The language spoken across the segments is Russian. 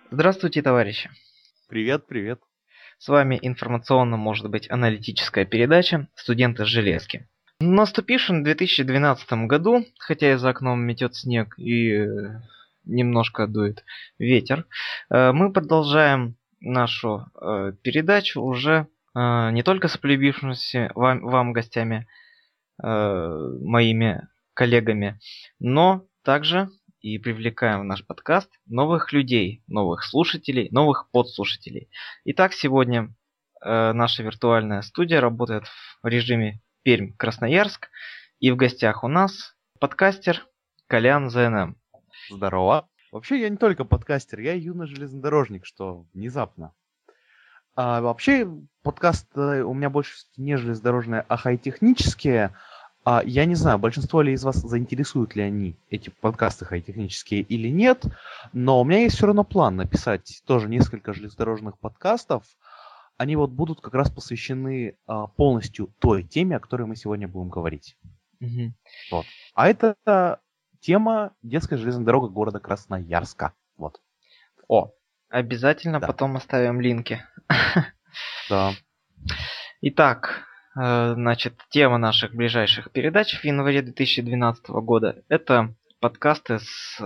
Здравствуйте, товарищи! Привет, привет. С вами информационно, может быть, аналитическая передача «Студенты с железки». В наступившем 2012 году, хотя и за окном метет снег и немножко дует ветер, мы продолжаем нашу передачу уже не только с полюбившимися вам гостями, моими коллегами, но также и привлекаем в наш подкаст новых людей, новых слушателей, новых подслушателей. Итак, сегодня наша виртуальная студия работает в режиме Пермь-Красноярск, и в гостях у нас подкастер Колян ЗНМ. Здорово. Вообще, я не только подкастер, я и юный железнодорожник, что внезапно. А вообще, подкаст у меня больше не железнодорожные, а хай-технические. Я не знаю, большинство ли из вас заинтересуют ли они, эти подкасты хай-технические или нет, но у меня есть все равно план написать тоже несколько железнодорожных подкастов. Они вот будут как раз посвящены полностью той теме, о которой мы сегодня будем говорить. Мгм. Вот. А это тема детская железная дорога города Красноярска. Вот. Обязательно Да. потом оставим линки. Да. Итак, значит, тема наших ближайших передач в январе 2012 года – это подкасты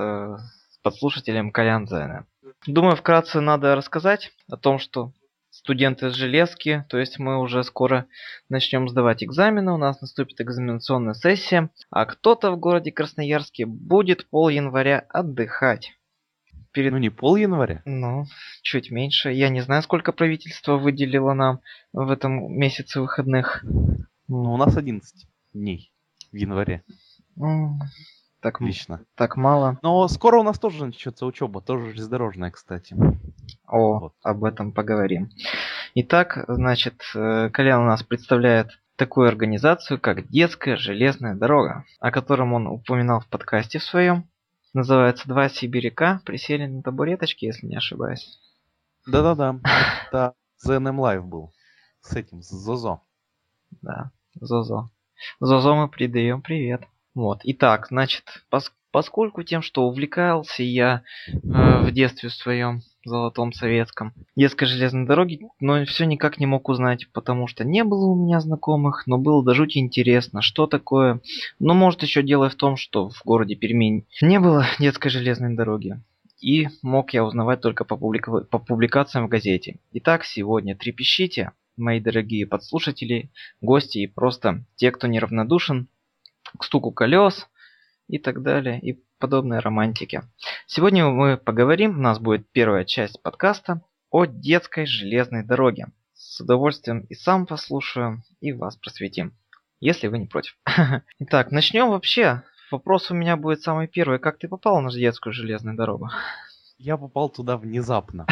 с подслушателем Колян Зена. Думаю, вкратце надо рассказать о том, что студенты с железки, то есть мы уже скоро начнем сдавать экзамены, у нас наступит экзаменационная сессия, а кто-то в городе Красноярске будет пол-января отдыхать. Ну, не пол января. Ну, чуть меньше. Я не знаю, сколько правительство выделило нам в этом месяце выходных. Ну, у нас 11 дней в январе. М, Так, Лично. так мало. Но скоро у нас тоже начнется учеба, тоже железнодорожная, кстати. Вот. Об этом поговорим. Итак, значит, Колян у нас представляет такую организацию, как Детская железная дорога, о котором он упоминал в подкасте в своем. Называется «Два сибиряка присели на табуреточки», если не ошибаюсь. Да-да-да. Это ZNM Live был. С этим, с Зозо. Да, Зозо. Зозо, мы передаем привет. Вот. Итак, значит, поскольку тем, что увлекался я в детстве своем золотом советском детской железной дороги, но все никак не мог узнать, потому что не было у меня знакомых, но было до жути интересно, что такое. Но может еще дело в том, что в городе Пермень не было детской железной дороги. И мог я узнавать только по публикациям в газете. Итак, сегодня трепещите, мои дорогие подслушатели, гости и просто те, кто неравнодушен к стуку колес и так далее, и подобной романтики. Сегодня мы поговорим, у нас будет первая часть подкаста о детской железной дороге. С удовольствием и сам послушаю, и вас просветим, если вы не против. Итак, начнем вообще. Вопрос у меня будет самый первый. Как ты попал на детскую железную дорогу? Я попал туда внезапно.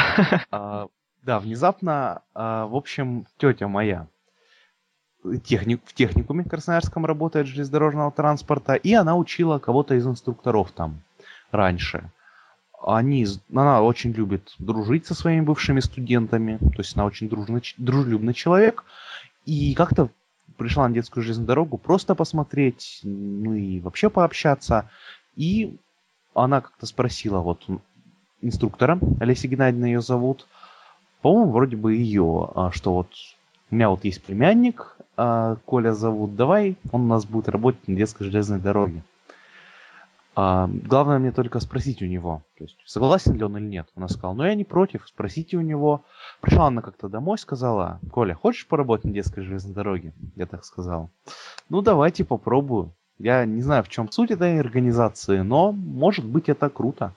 Да, внезапно. В общем, тетя моя в техникуме Красноярском работает железнодорожного транспорта, и она учила кого-то из инструкторов там раньше. Она очень любит дружить со своими бывшими студентами, то есть она очень дружелюбный человек, и как-то пришла на детскую железную дорогу просто посмотреть, ну и вообще пообщаться, и она как-то спросила вот инструктора, Олеся Геннадьевна ее зовут, по-моему, вроде бы ее, что вот у меня вот есть племянник, Коля зовут, давай, он у нас будет работать на детской железной дороге. Главное мне только спросить у него, то есть согласен ли он или нет. Она сказала, ну я не против, спросите у него. Пришла она как-то домой, сказала, Коля, хочешь поработать на детской железной дороге? Я так сказал. Ну давайте попробую. Я не знаю, в чем суть этой организации, но может быть это круто.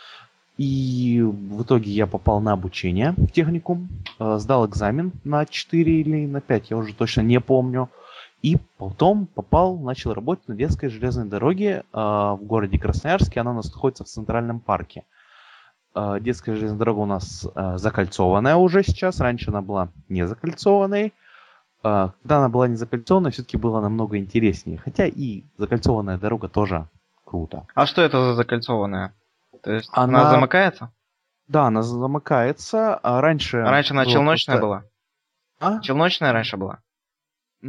И в итоге я попал на обучение в техникум, сдал экзамен на 4 или на 5, я уже точно не помню. И потом начал работать на детской железной дороге в городе Красноярске. Она у нас находится в Центральном парке. Детская железная дорога у нас закольцованная уже сейчас. Раньше она была не закольцованной. Когда она была не закольцованной, все-таки было намного интереснее. Хотя и закольцованная дорога тоже круто. А что это за закольцованная? То есть она Она, замыкается? да, она замыкается. А раньше Раньше она было челночная просто... была? А? Челночная раньше была?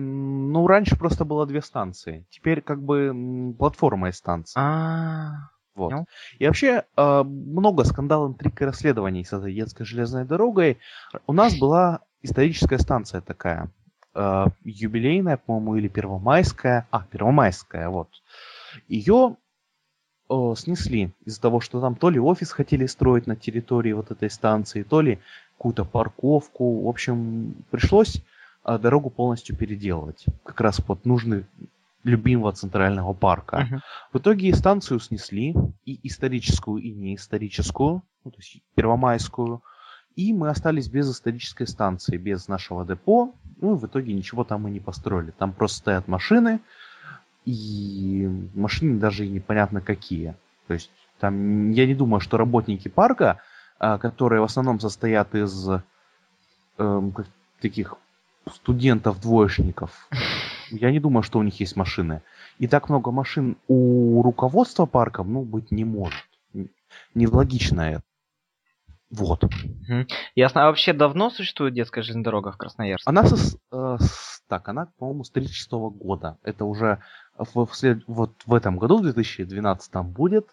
Ну, раньше просто было две станции. Теперь как бы платформа и станция. А, Вот. Ну, И вообще много скандалов, интриг и расследований с этой детской железной дорогой. У нас была историческая станция такая, юбилейная, по-моему, или первомайская. Первомайская, вот. Ее снесли из-за того, что там то ли офис хотели строить на территории вот этой станции, то ли какую-то парковку. В общем, пришлось дорогу полностью переделывать. Как раз под нужды любимого центрального парка. мгм. В итоге станцию снесли, и историческую, и неисторическую, ну, то есть первомайскую. И мы остались без исторической станции, без нашего депо. Ну, и в итоге ничего там и не построили. Там просто стоят машины, и машины даже и непонятно какие. То есть там я не думаю, что работники парка, которые в основном состоят из таких студентов-двоечников, я не думаю, что у них есть машины. И так много машин у руководства парка, быть не может. Нелогично это. Вот. Мгм. Ясно. А вообще давно существует детская железная дорога в Красноярске? Она, по-моему, с 36 года. Это уже вот в этом году, в 2012 будет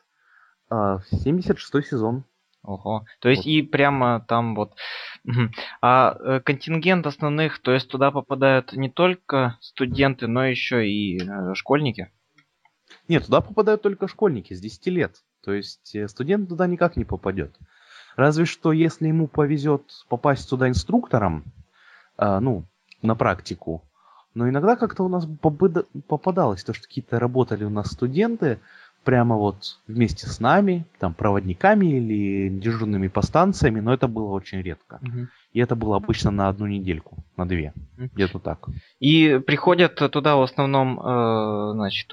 76-й сезон. Ого. То есть Вот. и прямо там вот. Мгм. Контингент основных, то есть туда попадают не только студенты, но еще и школьники? Нет, туда попадают только школьники с 10 лет. То есть студент туда никак не попадет. Разве что, если ему повезет попасть туда инструктором, ну, на практику. Но иногда как-то у нас попадалось то, что какие-то работали у нас студенты прямо вот вместе с нами, там, проводниками или дежурными по станциями, но это было очень редко. Мгм. И это было обычно на одну недельку, на две, Мгм. где-то так. И приходят туда в основном, значит,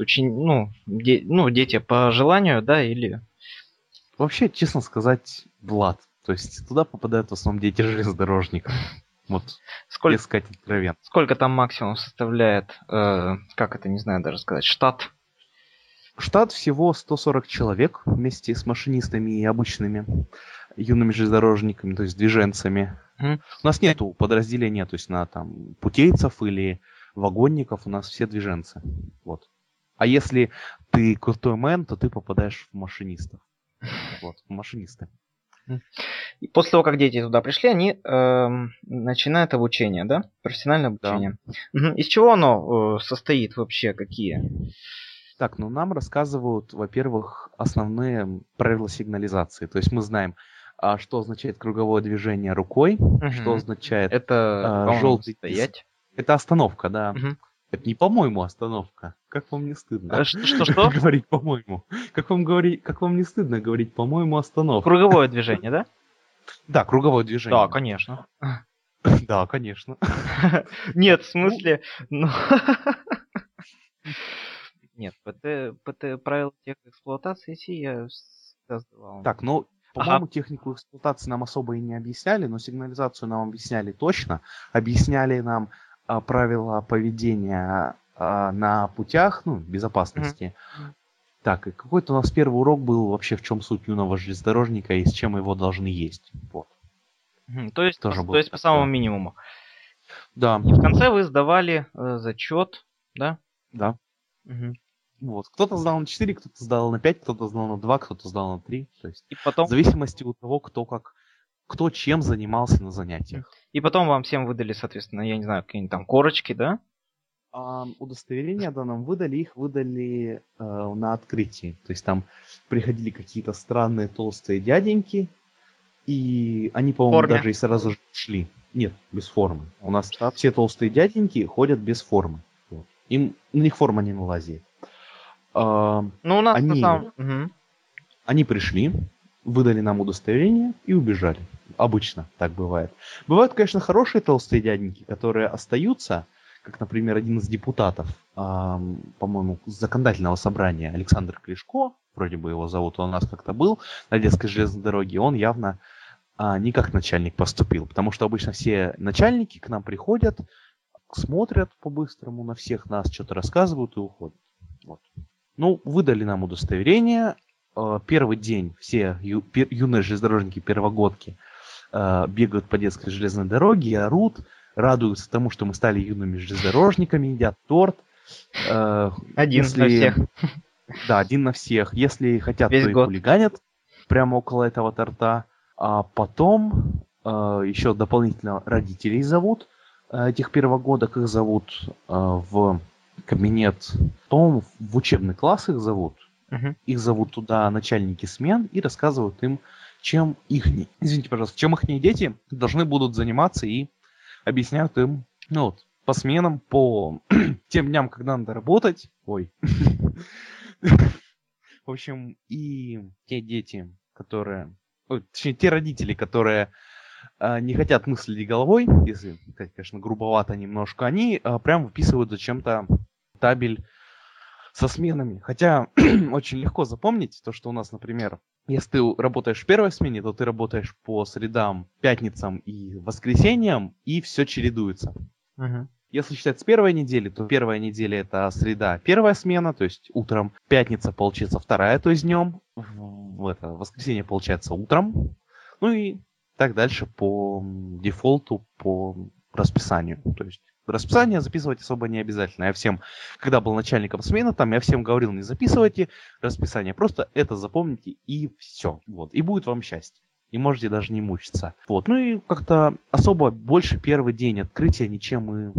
дети по желанию, да, или... Вообще, честно сказать, Влад. То есть туда попадают в основном дети железнодорожников. Вот, Сколько, если сказать откровенно. сколько там максимум составляет, как это, не знаю даже сказать, штат? Штат всего 140 человек вместе с машинистами и обычными юными железнодорожниками, то есть движенцами. Мгм. У нас нету подразделения, то есть на там путейцев или вагонников, у нас все движенцы. Вот. А если ты крутой мэн, то ты попадаешь в машинистов. Вот, в машинисты. И после того, как дети туда пришли, они начинают обучение, да? Профессиональное Да. обучение. Мгм. Из чего оно состоит вообще? Какие? Так, ну нам рассказывают, во-первых, основные правила сигнализации. То есть мы знаем, что означает круговое движение рукой, что Мгм. означает Это, по-моему, желтый. стоять. Это остановка, да. Мгм. Это не по-моему остановка. Как вам не стыдно Что-что? говорить по-моему? Как вам не стыдно говорить по-моему остановка? Круговое движение, да? Да, круговое Да, движение. конечно. Да, конечно. Нет, в Ну, смысле, ну... Нет, ПТ правила техэксплуатации СИ я всегда сдавал. так, ну, Ага. по-моему, технику эксплуатации нам особо и не объясняли, но сигнализацию нам объясняли точно. Объясняли нам правила поведения на путях, ну, Мгм. безопасности. Так, и какой-то у нас первый урок был вообще в чем суть юного железнодорожника и с чем его должны есть. Вот, Мгм. То есть, тоже то было есть по самому такое. минимуму. Да, И в конце вы сдавали зачет, да? да. Мгм. Вот. Кто-то сдал на 4, кто-то сдал на 5, кто-то сдал на 2, кто-то сдал на 3. То есть И в потом, зависимости от того, кто чем занимался на м, занятиях. и потом вам всем выдали, соответственно, я не знаю, какие-нибудь там корочки, да? Удостоверения, да, нам выдали, их выдали на открытии. То есть там приходили какие-то странные толстые дяденьки, и они, В по-моему, форме. даже и сразу же шли. Нет, без формы. У Вот, нас штат. все толстые дяденьки ходят без формы. Вот. На них форма не налазит. А, Ну, у нас на Они самом... Мгм. Они пришли, выдали нам удостоверение и убежали. Обычно так бывает. Бывают, конечно, хорошие толстые дяденьки, которые остаются, как, например, один из депутатов, по-моему, законодательного собрания Александр Клишко, вроде бы его зовут, он у нас как-то был на детской железной дороге, он явно не как начальник поступил, потому что обычно все начальники к нам приходят, смотрят по-быстрому на всех нас, что-то рассказывают и уходят. Вот. Ну, выдали нам удостоверение. Первый день все юные железнодорожники, первогодки, бегают по детской железной дороге, орут, радуются тому, что мы стали юными железнодорожниками, едят торт. Один на Если всех. Да, один на всех. Если хотят, Весь то и год. хулиганят прямо около этого торта. А потом еще дополнительно родителей зовут. Этих первогодок их зовут в кабинет. По-моему, в учебный класс их зовут. Мгм. Их зовут туда начальники смен и рассказывают им, чем извините, пожалуйста, чем ихние дети должны будут заниматься, и объясняют им, ну вот, по сменам, по тем дням, когда надо работать. Ой. В общем, и те дети, которые... точнее, те родители, которые не хотят мыслить головой, если, конечно, грубовато немножко, они прям выписывают зачем-то табель со сменами. Хотя очень легко запомнить то, что у нас, например, если ты работаешь в первой смене, то ты работаешь по средам, пятницам и воскресеньям, и все чередуется. Мгм. Если считать с первой недели, то первая неделя это среда, первая смена, то есть утром, пятница получается вторая, то есть днем, воскресенье получается утром, ну и так дальше по дефолту, по расписанию. То есть расписание записывать особо не обязательно. Я всем, когда был начальником смены, там я всем говорил, не записывайте расписание, просто это запомните и все. Вот. И будет вам счастье. И можете даже не мучиться. Вот. Ну и как-то особо больше первый день открытия ничем и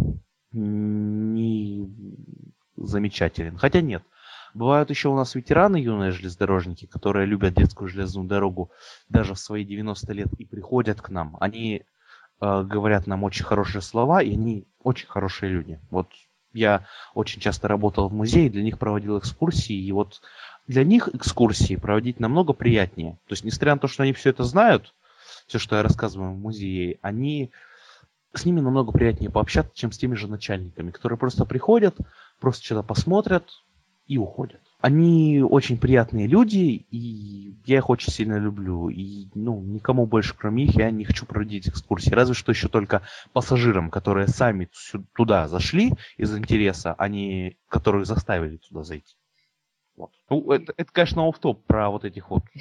не замечателен. Хотя нет. Бывают еще у нас ветераны, юные железнодорожники, которые любят детскую железную дорогу даже в свои 90 лет и приходят к нам. Они говорят нам очень хорошие слова, и они очень хорошие люди. Вот я очень часто работал в музее, для них проводил экскурсии, и вот для них экскурсии проводить намного приятнее. То есть, несмотря на то, что они все это знают, все, что я рассказываю в музее, они с ними намного приятнее пообщаться, чем с теми же начальниками, которые просто приходят, просто что-то посмотрят и уходят. Они очень приятные люди, и я их очень сильно люблю. И, никому больше, кроме них, я не хочу проводить экскурсии. Разве что еще только пассажирам, которые сами туда зашли из интереса, а не которых заставили туда зайти. Вот. Ну, это, конечно, офф-топ про вот этих вот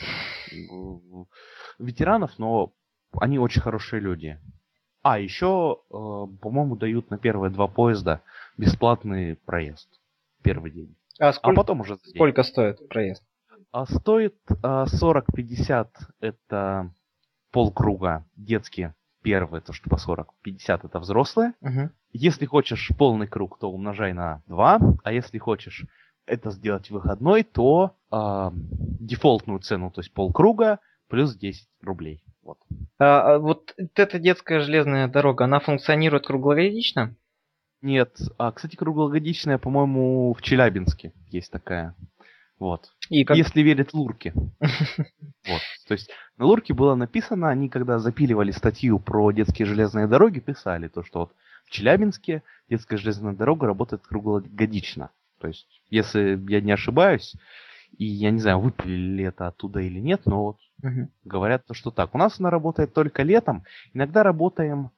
ветеранов, но они очень хорошие люди. А, еще, по-моему, дают на первые 2 поезда бесплатный проезд. Первый день. А А потом уже за день. сколько стоит проезд? Стоит 40-50 это полкруга. Детские первые, то что по 40. 50 это взрослые. Мгм. Если хочешь полный круг, то умножай на 2. А если хочешь это сделать выходной, то дефолтную цену, то есть полкруга, плюс 10 рублей. Вот. Вот эта детская железная дорога, она функционирует круглогодично? Нет, кстати, круглогодичная, по-моему, в Челябинске есть такая. Вот. И как... Если верить Лурке. Вот. То есть на Лурке было написано, они когда запиливали статью про детские железные дороги, писали то, что вот в Челябинске детская железная дорога работает круглогодично. То есть, если я не ошибаюсь, и я не знаю, выпилили ли это оттуда или нет, но вот говорят, что так. У нас она работает только летом. Иногда работаем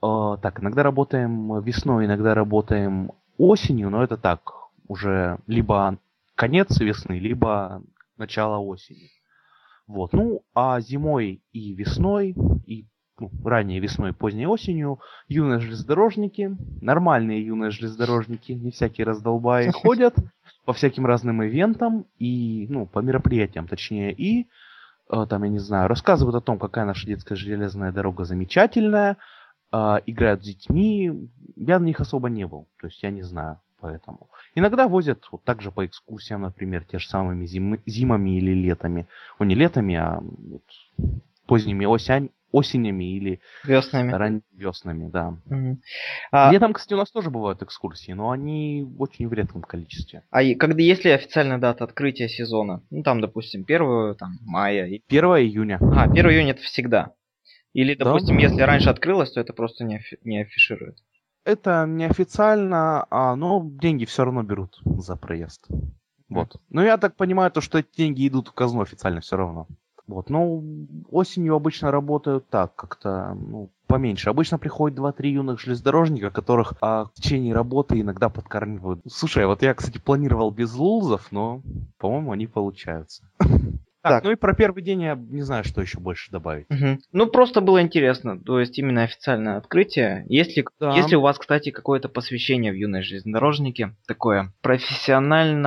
весной, иногда работаем осенью, но это так, уже либо конец весны, либо начало осени. Вот. Ну, а зимой и весной, и ранней весной, поздней осенью юные железнодорожники, нормальные юные железнодорожники, не всякие раздолбаи, ходят по всяким разным ивентам и, по мероприятиям, точнее, и там, я не знаю, рассказывают о том, какая наша детская железная дорога замечательная, играют с детьми. Я на них особо не был, то есть я не знаю, поэтому. Иногда возят вот так же по экскурсиям, например, те же самыми зимами или летами. Не летами, а вот поздними осенями или Веснами. ранними веснами, да. Мгм. Летом, кстати, у нас тоже бывают экскурсии, но они очень в редком количестве. Если официальная дата открытия сезона, там, допустим, 1 мая. 1 июня. 1 июня это всегда. Или, Да. допустим, если раньше открылось, то это просто не афиширует. Это неофициально, но деньги все равно берут за проезд. Вот. Но я так понимаю, то, что эти деньги идут в казну официально все равно. Вот. Но осенью обычно работают так, как-то, поменьше. Обычно приходят 2-3 юных железнодорожника, которых в течение работы иногда подкармливают. Слушай, вот я, кстати, планировал без лулзов, но, по-моему, они получаются. Так, и про первый день я не знаю, что еще больше добавить. Просто было интересно, то есть именно официальное открытие. Если у вас, кстати, какое-то посвящение в юные железнодорожники, такое профессионально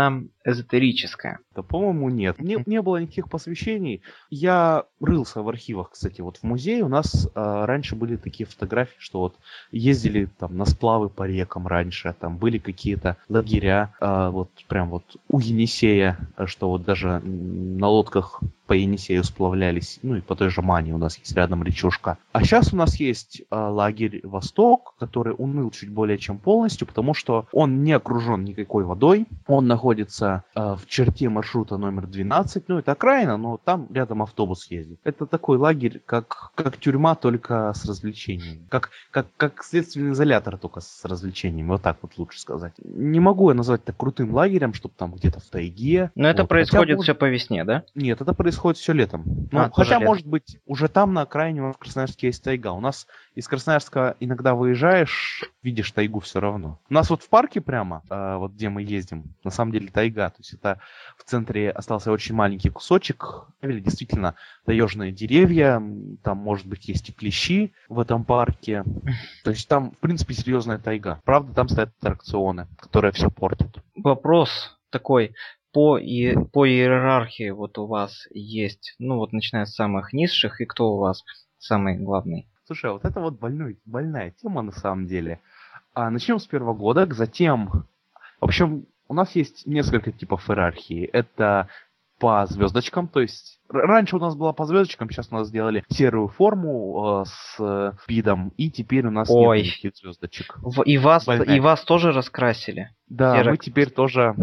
эзотерическое. Да, по-моему, нет. Не было никаких посвящений. Я рылся в архивах, кстати, вот в музее. У нас раньше были такие фотографии, что вот ездили там на сплавы по рекам раньше, там были какие-то лагеря, вот прям вот у Енисея, что вот даже на лодках по Енисею сплавлялись, ну и по той же Мане у нас есть рядом речушка. А сейчас у нас есть лагерь Восток, который уныл чуть более чем полностью, потому что он не окружен никакой водой, он находится в черте маршрута номер 12, ну это окраина, но там рядом автобус ездит. Это такой лагерь, как тюрьма, только с развлечениями. Как следственный изолятор, только с развлечениями, вот так вот лучше сказать. Не могу я назвать это крутым лагерем, чтобы там где-то в тайге. Но это Вот. происходит все по весне, да? Нет, это происходит все летом. Ну, Тоже хотя, летом. может быть, уже там на окраине в Красноярске есть тайга. У нас из Красноярска иногда выезжаешь, видишь тайгу все равно. У нас вот в парке прямо, вот где мы ездим, на самом деле тайга. То есть это в центре остался очень маленький кусочек. Или действительно таежные деревья, там, может быть, есть и клещи в этом парке. То есть там, в принципе, серьезная тайга. Правда, там стоят аттракционы, которые все портят. Вопрос такой. По иерархии вот у вас есть, ну вот начиная с самых низших, и кто у вас самый главный? Слушай, вот это вот больная тема на самом деле. Начнем с первого года, затем... В общем, у нас есть несколько типов иерархии. Это по звездочкам, то есть раньше у нас была по звездочкам, сейчас у нас сделали серую форму с пидом, и теперь у нас нет никаких звездочек. И вас тоже раскрасили? Да, мы теперь тоже...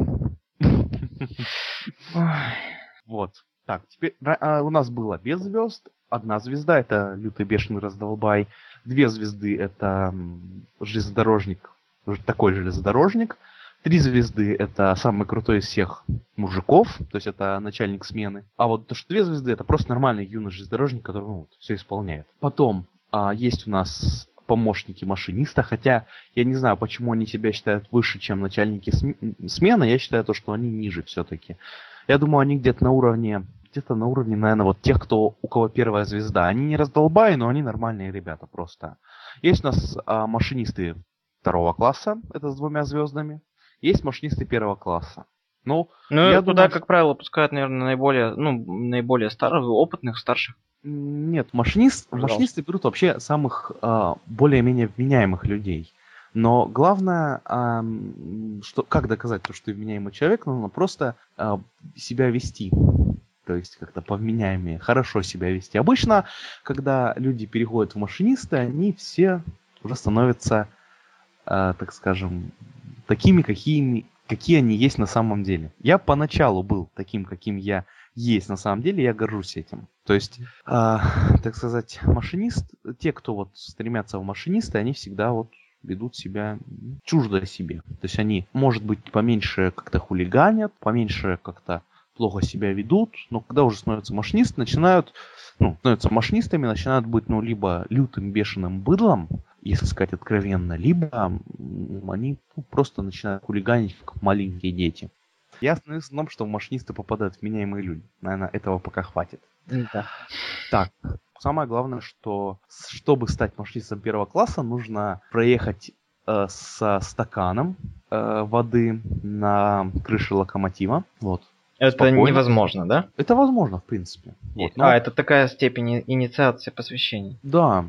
Вот. Так, теперь у нас было без звезд. Одна звезда — это лютый бешеный раздолбай. 2 звезды — это железнодорожник, такой железнодорожник. 3 звезды — это самый крутой из всех мужиков, то есть это начальник смены. А вот то, что 2 звезды — это просто нормальный юный железнодорожник, который все исполняет. Потом есть у нас помощники машиниста, хотя я не знаю, почему они себя считают выше, чем начальники смены. Я считаю, что они ниже все-таки. Я думаю, они где-то на уровне, наверное, вот тех, у кого первая звезда. Они не раздолбаи, но они нормальные ребята просто. Есть у нас машинисты 2 класса, это с 2 звездами. Есть машинисты 1 класса. Я туда, как правило, пускают, наверное, наиболее старых, опытных, старших. Нет, машинисты берут вообще самых более-менее вменяемых людей. Но главное, как доказать то, что ты вменяемый человек, нужно просто себя вести. То есть как-то повменяемее, хорошо себя вести. Обычно, когда люди переходят в машинисты, они все уже становятся, так скажем, такими, какие они есть на самом деле. Я поначалу был таким, каким я есть на самом деле, я горжусь этим. То есть, так сказать, те, кто вот стремятся в машинисты, они всегда вот ведут себя чуждо себе. То есть они, может быть, поменьше как-то хулиганят, поменьше как-то плохо себя ведут, но когда уже становятся машинистами, начинают быть, либо лютым бешеным быдлом, если сказать откровенно, либо они просто начинают хулиганить, как маленькие дети. Я остановился на том, что в машинисты попадают вменяемые люди. Наверное, этого пока хватит. Да. Так, самое главное, что чтобы стать машинистом 1 класса, нужно проехать со стаканом воды на крыше локомотива. Вот. Это Спокойно. невозможно, да? Это возможно, в принципе. Вот, это такая степень инициации посвящения. Да,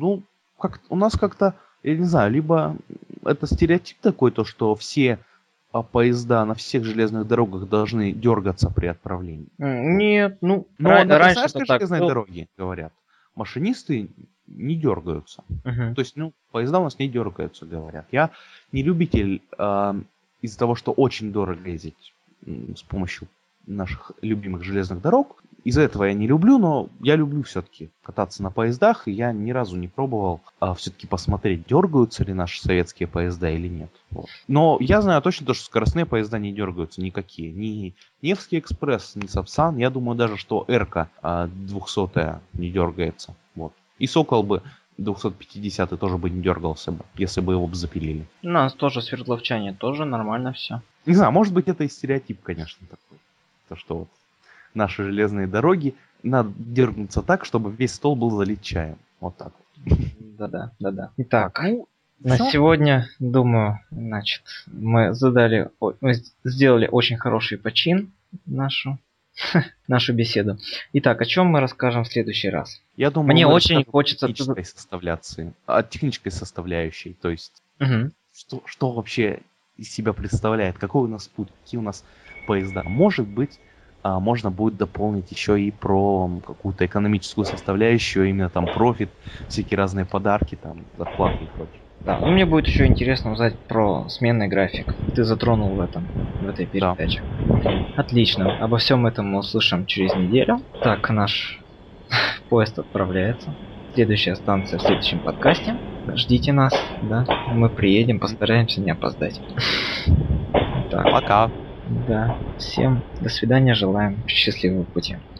у нас как-то, я не знаю, либо это стереотип такой, то, что все поезда на всех железных дорогах должны дергаться при отправлении. Нет, но на Красноярской железной дороге, говорят, машинисты не дергаются. То есть, поезда у нас не дергаются, говорят. Я не любитель из-за того, что очень дорого ездить с помощью наших любимых железных дорог. Из-за этого я не люблю, но я люблю все-таки кататься на поездах, и я ни разу не пробовал все-таки посмотреть, дергаются ли наши советские поезда или нет. Вот. Но я знаю точно, что скоростные поезда не дергаются никакие. Ни Невский экспресс, ни Сапсан. Я думаю даже, что Эрка 200 не дергается. Вот. И Сокол бы 250 тоже бы не дергался бы, если бы его бы запилили. У нас тоже свердловчане, тоже нормально все. Не знаю, может быть это и стереотип, конечно, такой. То, что вот наши железные дороги надо дергнуться так, чтобы весь стол был залит чаем. Вот так вот. Да-да. Итак. На Всё? сегодня, думаю, значит, мы сделали очень хороший почин нашу нашу беседу. Итак, о чем мы расскажем в следующий раз? Я думаю, Мне мы очень расскажем хочется... о технической составляющей. То есть, Мгм. что вообще из себя представляет, какой у нас путь, какие у нас поезда. Может быть, можно будет дополнить еще и про какую-то экономическую составляющую, именно там профит, всякие разные подарки, там, зарплаты и прочее. Да, ну мне будет еще интересно узнать про сменный график. Ты затронул в этой Да. передаче. Отлично. Обо всем этом мы услышим через неделю. Так, наш поезд отправляется. Следующая станция в следующем подкасте. Ждите нас, да. Мы приедем, постараемся не опоздать. Так, Пока. да. Всем до свидания, желаем счастливого пути.